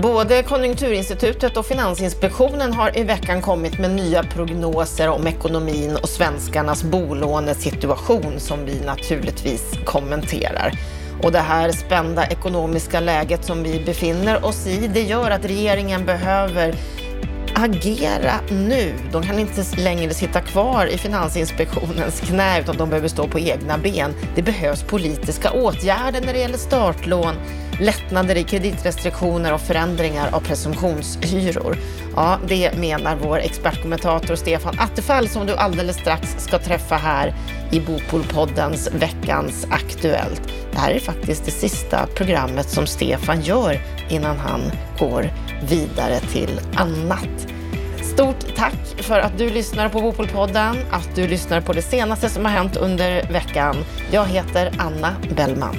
Både Konjunkturinstitutet och Finansinspektionen har i veckan kommit med nya prognoser om ekonomin och svenskarnas bolånesituation som vi naturligtvis kommenterar. Och det här spända ekonomiska läget som vi befinner oss i, det gör att regeringen behöver agera nu. De kan inte längre sitta kvar i Finansinspektionens knä utan de behöver stå på egna ben. Det behövs politiska åtgärder när det gäller startlån, lättnader i kreditrestriktioner och förändringar av presumtionshyror. Ja, det menar vår expertkommentator Stefan Attefall som du alldeles strax ska träffa här i Bopolpoddens veckans Aktuellt. Det här är faktiskt det sista programmet som Stefan gör innan han går vidare till annat. Stort tack för att du lyssnar på Bopolpodden, att du lyssnar på det senaste som har hänt under veckan. Jag heter Anna Bellman.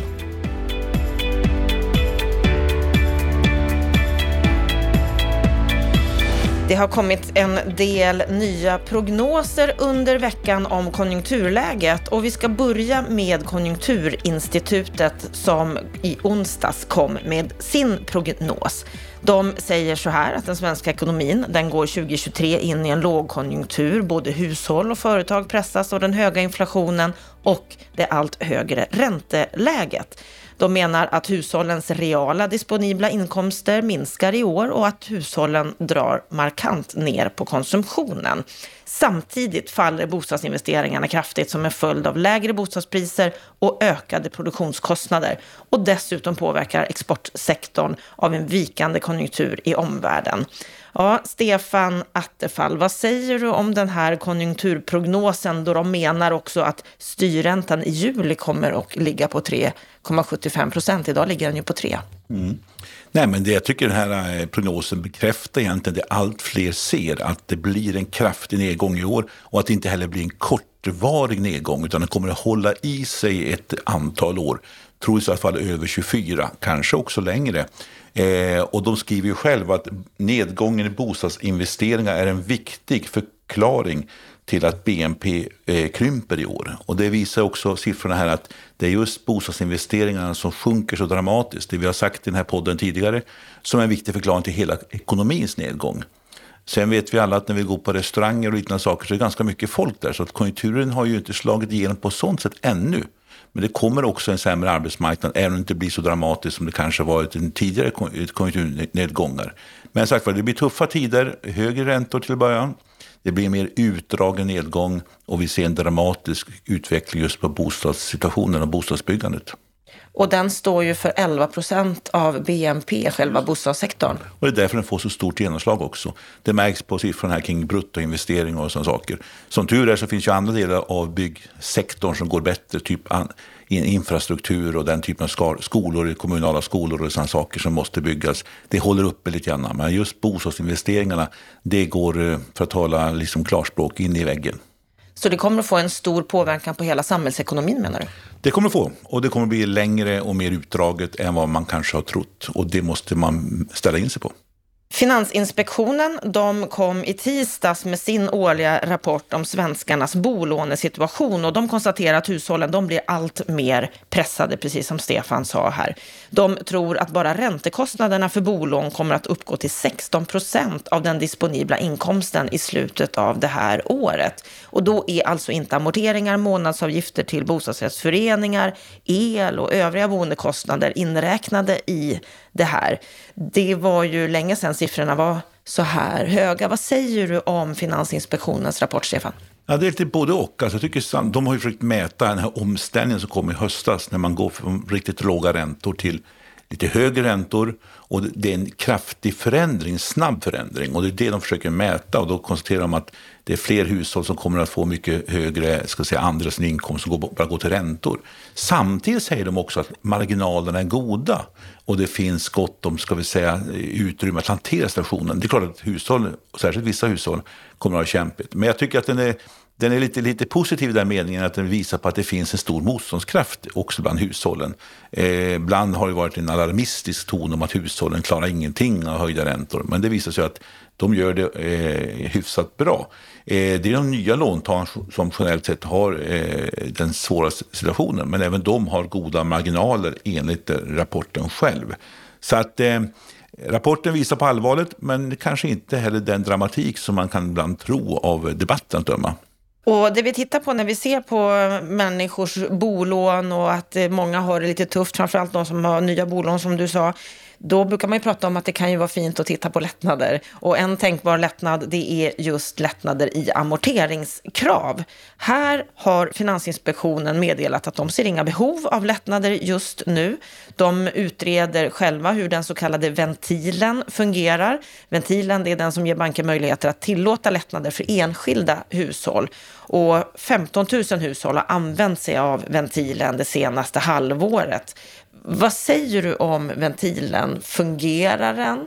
Det har kommit en del nya prognoser under veckan om konjunkturläget och vi ska börja med Konjunkturinstitutet som i onsdags kom med sin prognos. De säger så här att den svenska ekonomin den går 2023 in i en lågkonjunktur. Både hushåll och företag pressas av den höga inflationen och det allt högre ränteläget. De menar att hushållens reala disponibla inkomster minskar i år och att hushållen drar markant ner på konsumtionen. Samtidigt faller bostadsinvesteringarna kraftigt som en följd av lägre bostadspriser och ökade produktionskostnader. Och dessutom påverkar exportsektorn av en vikande konjunktur i omvärlden. Ja, Stefan Attefall, vad säger du om den här konjunkturprognosen då de menar också att styrräntan i juli kommer att ligga på 3,75%. Idag ligger den ju på 3. Nej, men jag tycker den här prognosen bekräftar egentligen det allt fler ser, att det blir en kraftig nedgång i år och att det inte heller blir en kortvarig nedgång utan den kommer att hålla i sig ett antal år. Tror i alla fall över 24, kanske också längre. Och de skriver ju själva att nedgången i bostadsinvesteringar är en viktig förklaring till att BNP krymper i år. Och det visar också siffrorna här att det är just bostadsinvesteringarna som sjunker så dramatiskt. Det vi har sagt i den här podden tidigare som är en viktig förklaring till hela ekonomins nedgång. Sen vet vi alla att när vi går på restauranger och liknande saker så är det ganska mycket folk där. Så att konjunkturen har ju inte slagit igenom på sånt sätt ännu. Men det kommer också en sämre arbetsmarknad även om det inte blir så dramatiskt som det kanske varit i tidigare konjunkturnedgångar. Men sagt var, det blir tuffa tider, högre räntor till början. Det blir mer utdragen nedgång och vi ser en dramatisk utveckling just på bostadssituationen och bostadsbyggandet. Och den står ju för 11% av BNP, själva bostadssektorn. Och det är därför den får så stort genomslag också. Det märks på siffrorna här kring bruttoinvesteringar och sådana saker. Som tur är så finns ju andra delar av byggsektorn som går bättre, typ infrastruktur och den typen av skolor, kommunala skolor och sådana saker som måste byggas. Det håller uppe lite grann, men just bostadsinvesteringarna, det går, för att tala liksom klarspråk, in i väggen. Så det kommer att få en stor påverkan på hela samhällsekonomin, menar du? Det kommer att få, och det kommer att bli längre och mer utdraget än vad man kanske har trott. Och det måste man ställa in sig på. Finansinspektionen, de kom i tisdags med sin årliga rapport om svenskarnas bolånesituation och de konstaterar att hushållen de blir allt mer pressade, precis som Stefan sa här. De tror att bara räntekostnaderna för bolån kommer att uppgå till 16% av den disponibla inkomsten i slutet av det här året. Och då är alltså inte amorteringar, månadsavgifter till bostadsrättsföreningar, el och övriga boendekostnader inräknade i det här. Det var ju länge sedan siffrorna var så här höga. Vad säger du om Finansinspektionens rapport, Stefan? Ja, det är lite både och. Alltså, jag tycker de har ju försökt mäta den här omställningen som kom i höstas när man går från riktigt låga räntor till lite högre räntor, och det är en kraftig förändring, snabb förändring, och det är det de försöker mäta, och då konstaterar de att det är fler hushåll som kommer att få mycket högre andra sin inkomst som bara går till räntor. Samtidigt säger de också att marginalerna är goda och det finns gott om utrymme att hantera stationen. Det är klart att hushåll, särskilt vissa hushåll, kommer att ha kämpigt. Men jag tycker att den är lite positiv i den meningen att den visar på att det finns en stor motståndskraft också bland hushållen. Ibland har det varit en alarmistisk ton om att hushållen klarar ingenting av höjda räntor. Men det visar sig att de gör det hyfsat bra. Det är de nya låntagarna som generellt sett har den svåra situationen. Men även de har goda marginaler enligt rapporten själv. Så att Rapporten visar på allvaret, men kanske inte heller den dramatik som man kan ibland tro av debatten att döma. Och det vi tittar på när vi ser på människors bolån och att många har det lite tufft, framförallt de som har nya bolån som du sa, då brukar man ju prata om att det kan ju vara fint att titta på lättnader. Och en tänkbar lättnad, det är just lättnader i amorteringskrav. Här har Finansinspektionen meddelat att de ser inga behov av lättnader just nu. De utreder själva hur den så kallade ventilen fungerar. Ventilen, det är den som ger banker möjligheter att tillåta lättnader för enskilda hushåll. Och 15 000 hushåll har använt sig av ventilen det senaste halvåret. Vad säger du om ventilen? Fungerar den?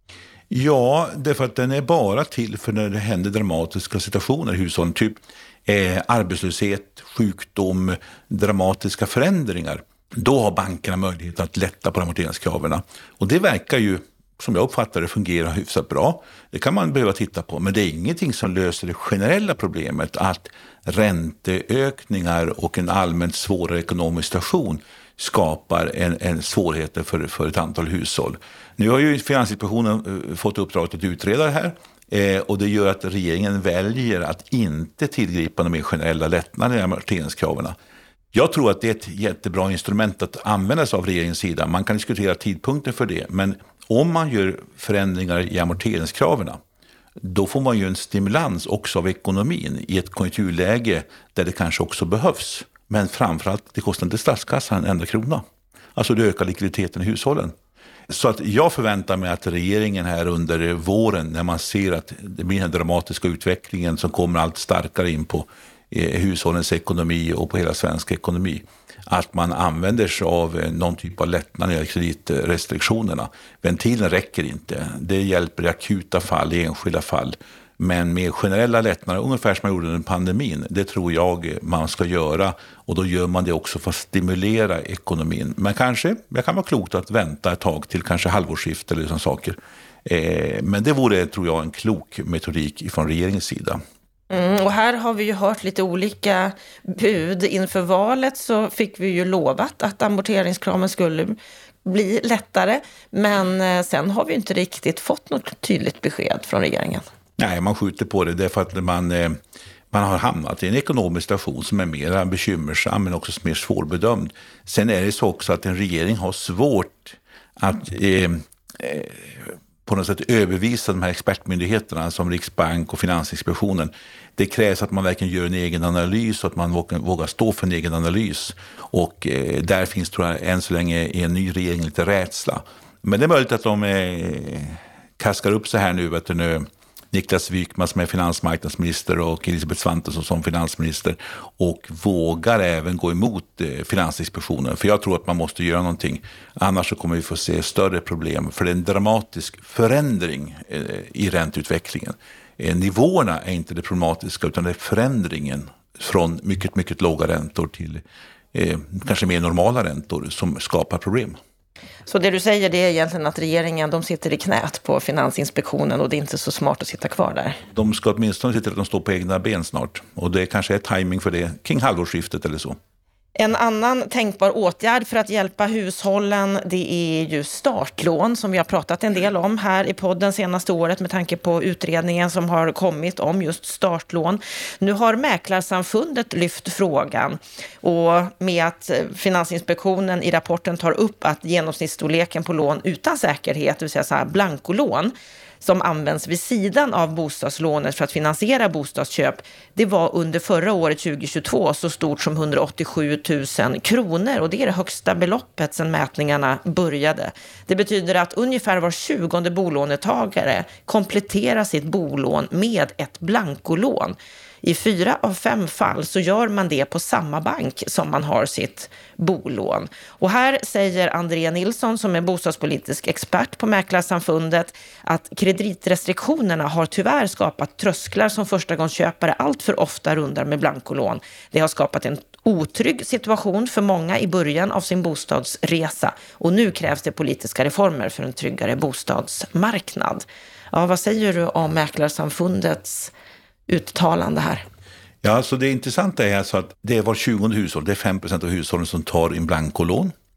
Ja, därför att den är bara till för när det händer dramatiska situationer i hushållen. Typ arbetslöshet, sjukdom, dramatiska förändringar. Då har bankerna möjlighet att lätta på amorteringskraven. Och det verkar ju, som jag uppfattar det, fungera hyfsat bra. Det kan man behöva titta på. Men det är ingenting som löser det generella problemet att ränteökningar och en allmänt svårare ekonomisk situation skapar en svårigheter för ett antal hushåll. Nu har ju Finansinspektionen fått uppdraget att utreda det här och det gör att regeringen väljer att inte tillgripa de mer generella lättnader i amorteringskraven. Jag tror att det är ett jättebra instrument att använda sig av regeringens sida. Man kan diskutera tidpunkten för det, men om man gör förändringar i amorteringskraven, då får man ju en stimulans också av ekonomin i ett konjunkturläge där det kanske också behövs. Men framförallt, det kostar inte statskassan en enda krona. Alltså det ökar likviditeten i hushållen. Så att jag förväntar mig att regeringen här under våren, när man ser att det blir den dramatiska utvecklingen som kommer allt starkare in på hushållens ekonomi och på hela svenska ekonomi, att man använder sig av någon typ av lättnad i kreditrestriktionerna. Ventilen räcker inte. Det hjälper i akuta fall, i enskilda fall. Men med generella lättnader, ungefär som man gjorde under pandemin, det tror jag man ska göra. Och då gör man det också för att stimulera ekonomin. Men kanske, det kan vara klokt att vänta ett tag till kanske halvårsskifte eller sådana saker. Men det vore, tror jag, en klok metodik från regeringens sida. Och här har vi ju hört lite olika bud. Inför valet så fick vi ju lovat att amorteringskraven skulle bli lättare. Men sen har vi inte riktigt fått något tydligt besked från regeringen. Nej, man skjuter på det därför att man har hamnat i en ekonomisk situation som är mer bekymmersam men också mer svårbedömd. Sen är det så också att en regering har svårt att på något sätt övervisa de här expertmyndigheterna som Riksbank och Finansinspektionen. Det krävs att man verkligen gör en egen analys och att man vågar stå för en egen analys. Och där finns, tror jag, än så länge i en ny regering lite rädsla. Men det är möjligt att de kaskar upp så här nu, vet du, nu Niklas Wykman som är finansmarknadsminister och Elisabeth Svantesson som finansminister och vågar även gå emot Finansinspektionen. För jag tror att man måste göra någonting. Annars så kommer vi få se större problem. För det är en dramatisk förändring i ränteutvecklingen. Nivåerna är inte det problematiska utan det är förändringen från mycket, mycket låga räntor till kanske mer normala räntor som skapar problem. Så det du säger, det är egentligen att regeringen, de sitter i knät på Finansinspektionen och det är inte så smart att sitta kvar där? De ska åtminstone se till att de står på egna ben snart. Och det kanske är timing för det kring halvårsskiftet eller så. En annan tänkbar åtgärd för att hjälpa hushållen, det är ju startlån som vi har pratat en del om här i podden senaste året med tanke på utredningen som har kommit om just startlån. Nu har Mäklarsamfundet lyft frågan och med att Finansinspektionen i rapporten tar upp att genomsnittsstorleken på lån utan säkerhet, det vill säga så här blankolån, som används vid sidan av bostadslånet för att finansiera bostadsköp, det var under förra året 2022 så stort som 187 000 kronor och det är det högsta beloppet sedan mätningarna började. Det betyder att ungefär var 20:e bolånetagare kompletterar sitt bolån med ett blankolån. I 4 av 5 fall så gör man det på samma bank som man har sitt bolån. Och här säger André Nilsson som är bostadspolitisk expert på Mäklarsamfundet att kreditrestriktionerna har tyvärr skapat trösklar som förstagångsköpare allt för ofta rundar med blankolån. Det har skapat en otrygg situation för många i början av sin bostadsresa och nu krävs det politiska reformer för en tryggare bostadsmarknad. Ja, vad säger du om Mäklarsamfundets uttalande här? Ja, så det intressanta är alltså att det är var 20:e hushåll, det är 5% av hushållen som tar in blankolån.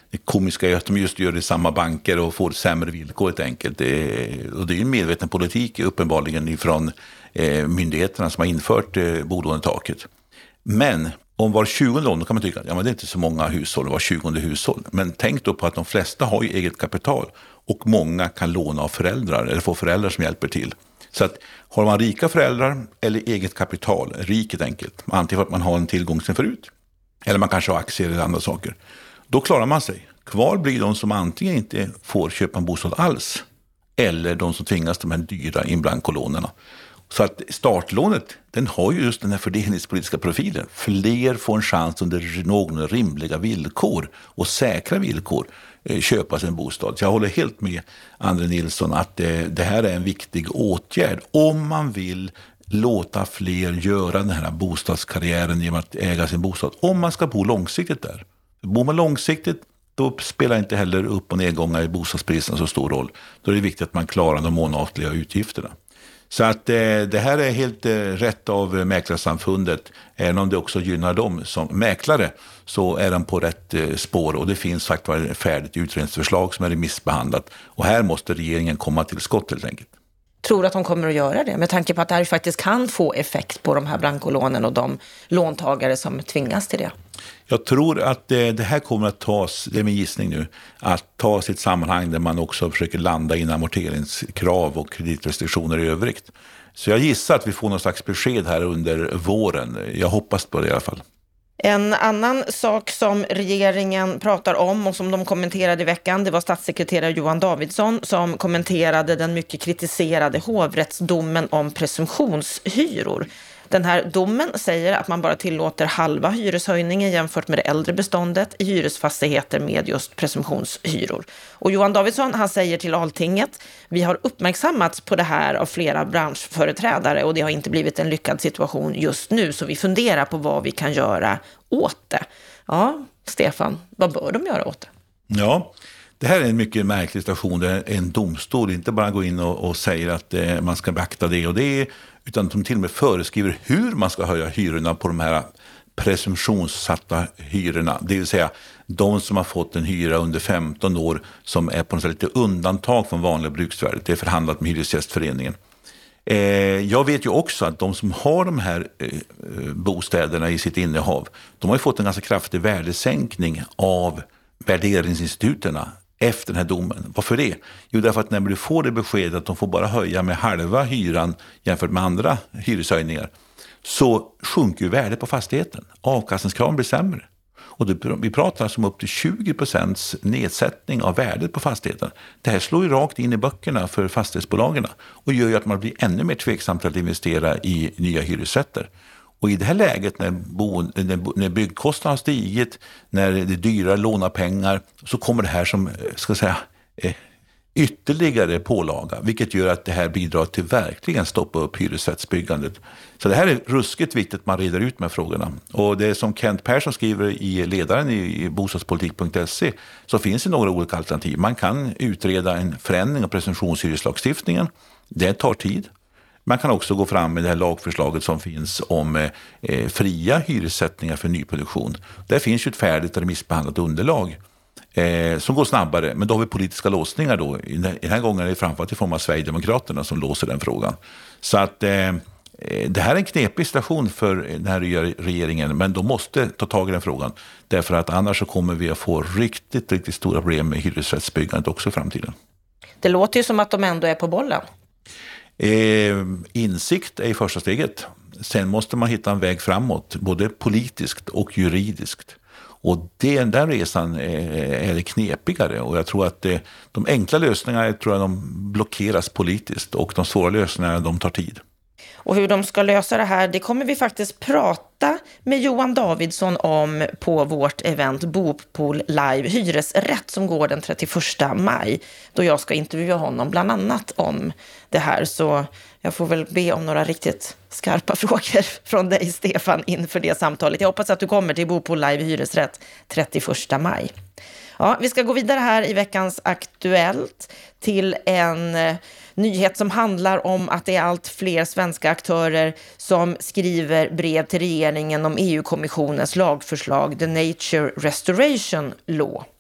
Det komiska är att de just gör det i samma banker och får sämre villkor helt enkelt. Och det är ju en medveten politik uppenbarligen från myndigheterna som har infört bolånetaket. Men om var 20 lån, då kan man tycka att ja, men det är inte så många hushåll, var 20:e hushåll. Men tänk då på att de flesta har ju eget kapital och många kan låna av föräldrar eller få föräldrar som hjälper till. Så att har man rika föräldrar eller eget kapital, riket enkelt, antingen för att man har en tillgång sen förut eller man kanske har aktier eller andra saker, då klarar man sig. Kvar blir de som antingen inte får köpa en bostad alls eller de som tvingas de här dyra inblankolånerna. Så att startlånet, den har ju just den här fördelningspolitiska profilen. Fler får en chans under någon rimliga villkor och säkra villkor köpa sin bostad. Så jag håller helt med André Nilsson att det här är en viktig åtgärd om man vill låta fler göra den här bostadskarriären genom att äga sin bostad. Om man ska bo långsiktigt där. Bor man långsiktigt, då spelar inte heller upp- och nedgångar i bostadspriserna så stor roll. Då är det viktigt att man klarar de månatliga utgifterna. Så att det här är helt rätt av Mäklarsamfundet. Även om det också gynnar dem som mäklare så är de på rätt spår. Och det finns faktiskt ett färdigt utredningsförslag som är remissbehandlat. Och här måste regeringen komma till skott helt enkelt. Tror att de kommer att göra det med tanke på att det här faktiskt kan få effekt på de här blankolånen och de låntagare som tvingas till det? Jag tror att det här kommer att tas, det är min gissning nu, att ta sitt sammanhang där man också försöker landa in amorteringskrav och kreditrestriktioner i övrigt. Så jag gissar att vi får någon slags besked här under våren. Jag hoppas på det i alla fall. En annan sak som regeringen pratar om och som de kommenterade i veckan, det var statssekreterare Johan Davidsson som kommenterade den mycket kritiserade hovrättsdomen om presumtionshyror. Den här domen säger att man bara tillåter halva hyreshöjningen jämfört med det äldre beståndet i hyresfastigheter med just presumtionshyror. Och Johan Davidsson, han säger till Alltinget: vi har uppmärksammats på det här av flera branschföreträdare och det har inte blivit en lyckad situation just nu, så vi funderar på vad vi kan göra åt det. Ja, Stefan, vad bör de göra åt det? Ja, det här är en mycket märklig situation där en domstol inte bara går in och säger att man ska beakta det och det, utan de till och med föreskriver hur man ska höja hyrorna på de här presumtionssatta hyrorna. Det vill säga de som har fått en hyra under 15 år som är på något sätt lite undantag från vanliga bruksvärdet. Det är förhandlat med Hyresgästföreningen. Jag vet ju också att de som har de här bostäderna i sitt innehav, de har ju fått en ganska kraftig värdesänkning av värderingsinstituterna efter den här domen. Varför det? Jo, därför att när du får det beskedet att de får bara höja med halva hyran jämfört med andra hyreshöjningar, så sjunker ju värdet på fastigheten. Avkastningskraven blir sämre. Och vi pratar alltså om upp till 20% nedsättning av värdet på fastigheten. Det här slår ju rakt in i böckerna för fastighetsbolagen och gör ju att man blir ännu mer tveksam till att investera i nya hyresrätter. Och i det här läget när byggkostnaderna har stigit, när det är dyrare att låna pengar, så kommer det här som ytterligare pålaga, vilket gör att det här bidrar till verkligen stoppa upp hyresrättsbyggandet. Så det här är ruskigt viktigt att man reder ut med frågorna. Och det som Kent Persson skriver i ledaren i bostadspolitik.se, så finns det några olika alternativ. Man kan utreda en förändring av presumtionshyreslagstiftningen. Det tar tid. Man kan också gå fram med det här lagförslaget som finns om fria hyressättningar för nyproduktion. Där finns ju ett färdigt remissbehandlat underlag som går snabbare, men då har vi politiska låsningar då. I den här gången är det framförallt i form av Sverigedemokraterna som låser den frågan. Så att det här är en knepig situation för den här regeringen, men de måste ta tag i den frågan. Därför att annars så kommer vi att få riktigt stora problem med hyresrättsbyggandet också i framtiden. Det låter ju som att de ändå är på bollen. Insikt är i första steget. Sen måste man hitta en väg framåt, både politiskt och juridiskt. Och den där resan är knepigare, och jag tror att de enkla lösningarna de blockeras politiskt och de svåra lösningarna de tar tid. Och hur de ska lösa det här, det kommer vi faktiskt prata med Johan Davidsson om på vårt event Bopool Live Hyresrätt som går den 31 maj. Då jag ska intervjua honom bland annat om det här. Så jag får väl be om några riktigt skarpa frågor från dig, Stefan, inför det samtalet. Jag hoppas att du kommer till Bopool Live Hyresrätt 31 maj. Ja, vi ska gå vidare här i veckans Aktuellt till en nyhet som handlar om att det är allt fler svenska aktörer som skriver brev till regeringen om EU-kommissionens lagförslag The Nature Restoration Law.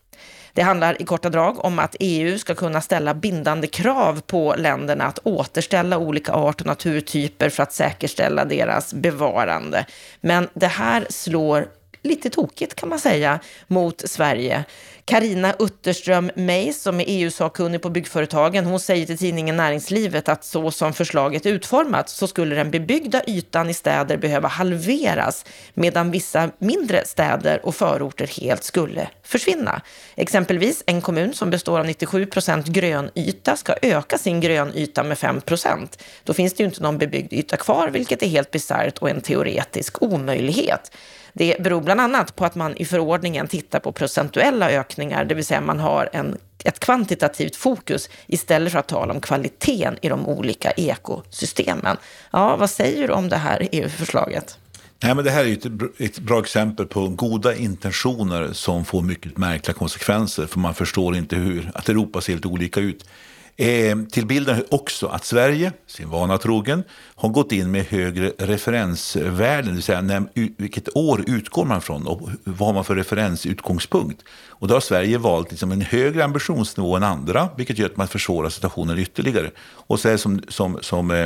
Det handlar i korta drag om att EU ska kunna ställa bindande krav på länderna att återställa olika art- och naturtyper för att säkerställa deras bevarande. Men det här slår lite tokigt kan man säga mot Sverige. Carina Utterström Meis som är EU-sakkunnig på byggföretagen, hon säger till tidningen Näringslivet att så som förslaget utformats så skulle den bebyggda ytan i städer behöva halveras medan vissa mindre städer och förorter helt skulle försvinna. Exempelvis en kommun som består av 97% grönyta ska öka sin grönyta med 5%. Då finns det ju inte någon bebyggd yta kvar, vilket är helt bisarrt och en teoretisk omöjlighet. Det beror bland annat på att man i förordningen tittar på procentuella ökningar, det vill säga man har ett kvantitativt fokus istället för att tala om kvaliteten i de olika ekosystemen. Ja, vad säger du om det här EU-förslaget? Nej, men det här är ju ett bra exempel på goda intentioner som får mycket märkliga konsekvenser, för man förstår inte att Europa ser helt olika ut. Till bilden också att Sverige, sin vana trogen, har gått in med högre referensvärden, det vill säga vilket år utgår man från och vad har man för referensutgångspunkt. Och då har Sverige valt liksom en högre ambitionsnivå än andra, vilket gör att man försvårar situationen ytterligare. Och så är det som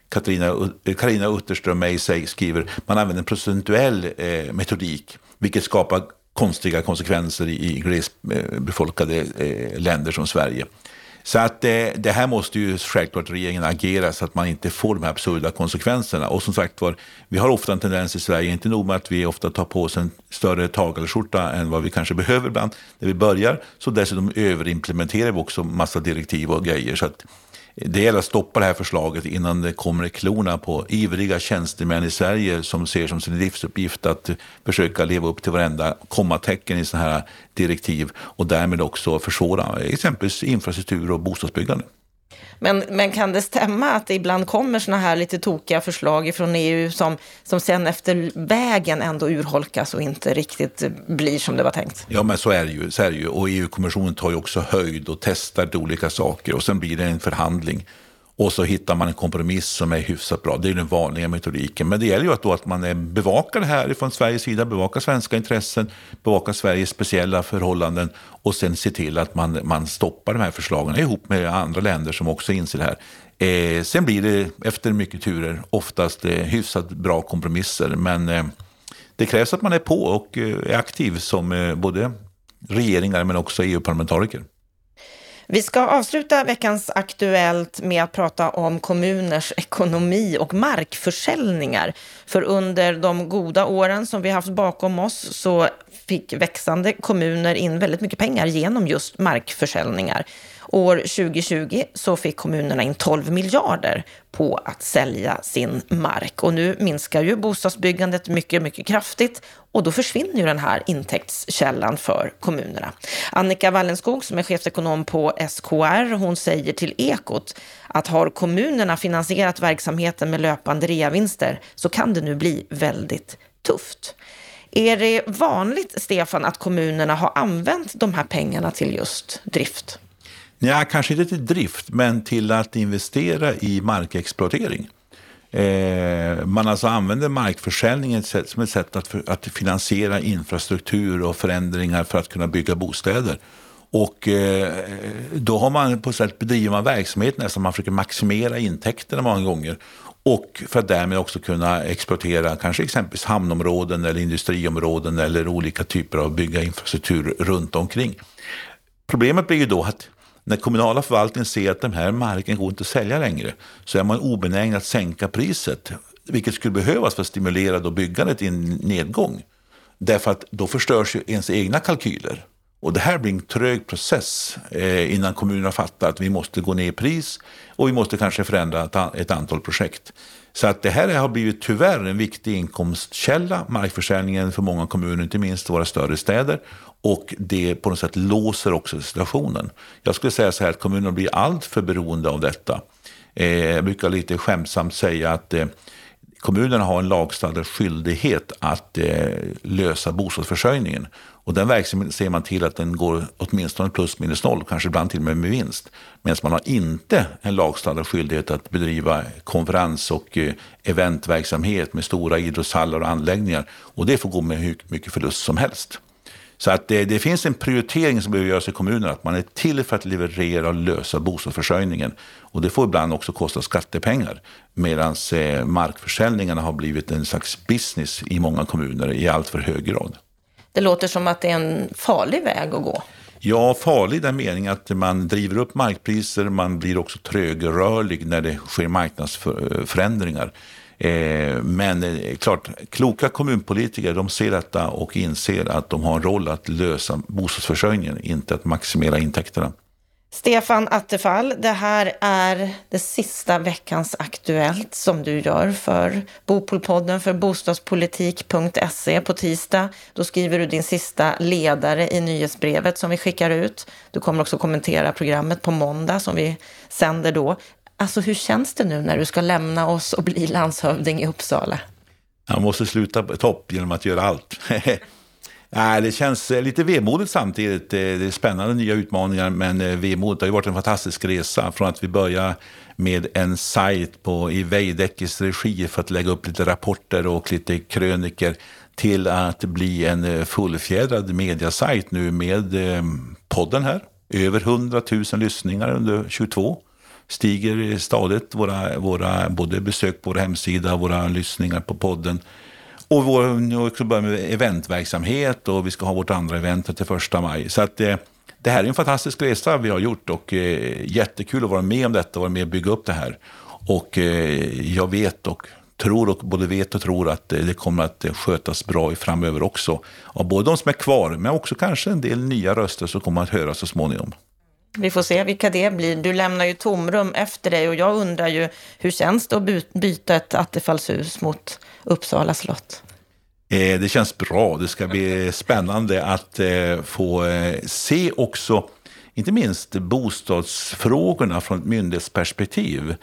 Carina Utterström Meis skriver, man använder en procentuell metodik, vilket skapar konstiga konsekvenser i glesbefolkade länder som Sverige. Så att det här måste ju självklart regeringen agera så att man inte får de här absurda konsekvenserna. Och som sagt vi har ofta en tendens i Sverige, inte nog med att vi ofta tar på oss en större tagelskjorta än vad vi kanske behöver ibland när vi börjar, så dessutom överimplementerar vi också massa direktiv och grejer. Så att det gäller att stoppa det här förslaget innan det kommer i klorna på ivriga tjänstemän i Sverige som ser som sin livsuppgift att försöka leva upp till varenda kommatecken i sådana här direktiv och därmed också försvåra exempelvis infrastruktur och bostadsbyggande. Men kan det stämma att det ibland kommer såna här lite tokiga förslag från EU som sen efter vägen ändå urholkas och inte riktigt blir som det var tänkt? Ja, men så är det ju. Och EU-kommissionen tar ju också höjd och testar olika saker och sen blir det en förhandling. Och så hittar man en kompromiss som är hyfsat bra. Det är den vanliga metodiken. Men det gäller ju att man bevakar det här från Sveriges sida, bevakar svenska intressen, bevakar Sveriges speciella förhållanden och sen se till att man stoppar de här förslagen ihop med andra länder som också inser det här. Sen blir det efter mycket turer oftast hyfsat bra kompromisser. Men det krävs att man är på och är aktiv som både regeringar men också EU-parlamentariker. Vi ska avsluta veckans Aktuellt med att prata om kommuners ekonomi och markförsäljningar. För under de goda åren som vi haft bakom oss så fick växande kommuner in väldigt mycket pengar genom just markförsäljningar. År 2020 så fick kommunerna in 12 miljarder på att sälja sin mark. Och nu minskar ju bostadsbyggandet mycket, mycket kraftigt. Och då försvinner ju den här intäktskällan för kommunerna. Annika Wallenskog som är chefsekonom på SKR, hon säger till Ekot att har kommunerna finansierat verksamheten med löpande reavinster så kan det nu bli väldigt tufft. Är det vanligt, Stefan, att kommunerna har använt de här pengarna till just drift? Ja, kanske inte till drift, men till att investera i markexploatering. Man alltså använder markförsäljningen som ett sätt att finansiera infrastruktur och förändringar för att kunna bygga bostäder. Och då har man på sätt bedriver man verksamhet nästan man försöker maximera intäkterna många gånger. Och för att därmed också kunna exploatera kanske exempelvis hamnområden eller industriområden eller olika typer av bygga infrastruktur runt omkring. Problemet blir ju då att när kommunala förvaltningen ser att den här marken går inte att sälja längre så är man obenägen att sänka priset, vilket skulle behövas för att stimulera då byggandet i en nedgång. Därför att då förstörs ju ens egna kalkyler. Och det här blir en trög process innan kommunerna fattar att vi måste gå ner i pris och vi måste kanske förändra ett antal projekt. Så att det här har blivit tyvärr en viktig inkomstkälla, markförsäljningen för många kommuner, inte minst våra större städer. Och det på något sätt låser också situationen. Jag skulle säga så här att kommunerna blir allt för beroende av detta. Jag brukar lite skämtsamt säga att kommunerna har en lagstadgad skyldighet att lösa bostadsförsörjningen. Och den verksamheten ser man till att den går åtminstone plus minus noll, kanske ibland till och med vinst. Medan man har inte en lagstadgad skyldighet att bedriva konferens- och eventverksamhet med stora idrottshallar och anläggningar. Och det får gå med hur mycket förlust som helst. Så att det finns en prioritering som behöver göras i kommunerna, att man är till för att leverera och lösa bostadsförsörjningen. Och det får ibland också kosta skattepengar, medan markförsäljningarna har blivit en slags business i många kommuner i allt för hög grad. Det låter som att det är en farlig väg att gå. Ja, farlig i den meningen att man driver upp markpriser, man blir också trögrörlig när det sker marknadsförändringar. Men klart, kloka kommunpolitiker, de ser detta och inser att de har en roll att lösa bostadsförsörjningen, inte att maximera intäkterna. Stefan Attefall, det här är det sista veckans Aktuellt som du gör för Bopolpodden, för bostadspolitik.se på tisdag. Då skriver du din sista ledare i nyhetsbrevet som vi skickar ut. Du kommer också kommentera programmet på måndag som vi sänder då. Alltså hur känns det nu när du ska lämna oss och bli landshövding i Uppsala? Jag måste sluta på topp genom att göra allt. Nej, det känns lite vemodigt samtidigt. Det är spännande nya utmaningar, men vemodigt har ju varit en fantastisk resa. Från att vi började med en sajt i Veidekkes regi för att lägga upp lite rapporter och lite kröniker till att bli en fullfjädrad mediasajt nu med podden här. Över 100 000 lyssningar under 22. Stiger stadigt våra både besök på vår hemsida, våra lyssningar på podden. Och nu också börjar med eventverksamhet och vi ska ha vårt andra event till 1 maj. Så att det här är en fantastisk resa vi har gjort och jättekul att vara med om detta och vara med och bygga upp det här. Och jag vet och tror och både vet och tror att det kommer att skötas bra framöver också. Av både de som är kvar men också kanske en del nya röster som kommer att höras så småningom. Vi får se vilka det blir. Du lämnar ju tomrum efter dig och jag undrar ju hur känns det att byta ett Attefallshus mot Uppsala slott? Det känns bra. Det ska bli spännande att få se också, inte minst bostadsfrågorna från ett myndighetsperspektiv.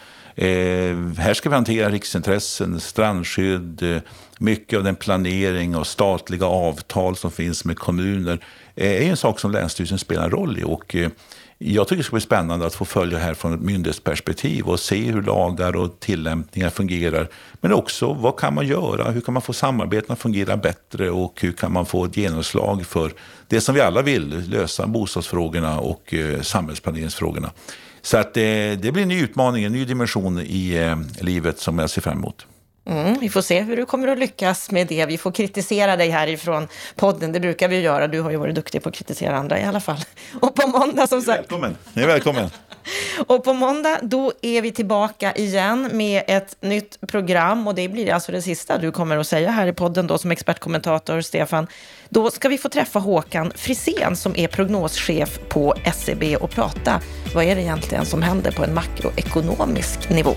Här ska vi hantera riksintressen, strandskydd, mycket av den planering och statliga avtal som finns med kommuner är en sak som Länsstyrelsen spelar en roll i och jag tycker det ska bli spännande att få följa här från ett myndighetsperspektiv och se hur lagar och tillämpningar fungerar. Men också vad kan man göra? Hur kan man få samarbeten att fungera bättre och hur kan man få ett genomslag för det som vi alla vill, lösa bostadsfrågorna och samhällsplaneringsfrågorna. Så att det blir en ny utmaning, en ny dimension i livet som jag ser fram emot. Vi får se hur du kommer att lyckas med det. Vi får kritisera dig härifrån podden, det brukar vi göra. Du har ju varit duktig på att kritisera andra i alla fall. Och på måndag som sagt... Välkommen. Och på måndag då är vi tillbaka igen med ett nytt program och det blir alltså det sista du kommer att säga här i podden då som expertkommentator, Stefan. Då ska vi få träffa Håkan Frisén som är prognoschef på SCB och prata. Vad är det egentligen som händer på en makroekonomisk nivå?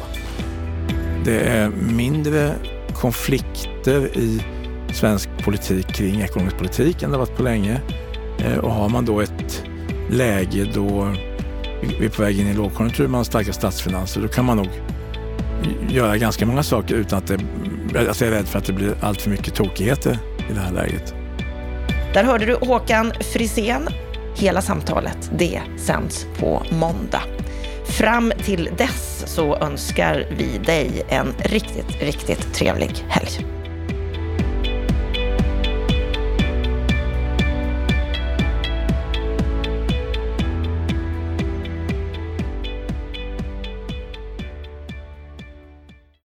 Det är mindre konflikter i svensk politik kring ekonomisk politik än det har varit på länge. Och har man då ett läge då vi är på väg in i lågkonjunktur, man har starka statsfinanser, då kan man nog göra ganska många saker utan att jag är rädd för att det blir allt för mycket tokigheter i det här läget. Där hörde du Håkan Frisén. Hela samtalet, det sänds på måndag. Fram till dess så önskar vi dig en riktigt, riktigt trevlig helg.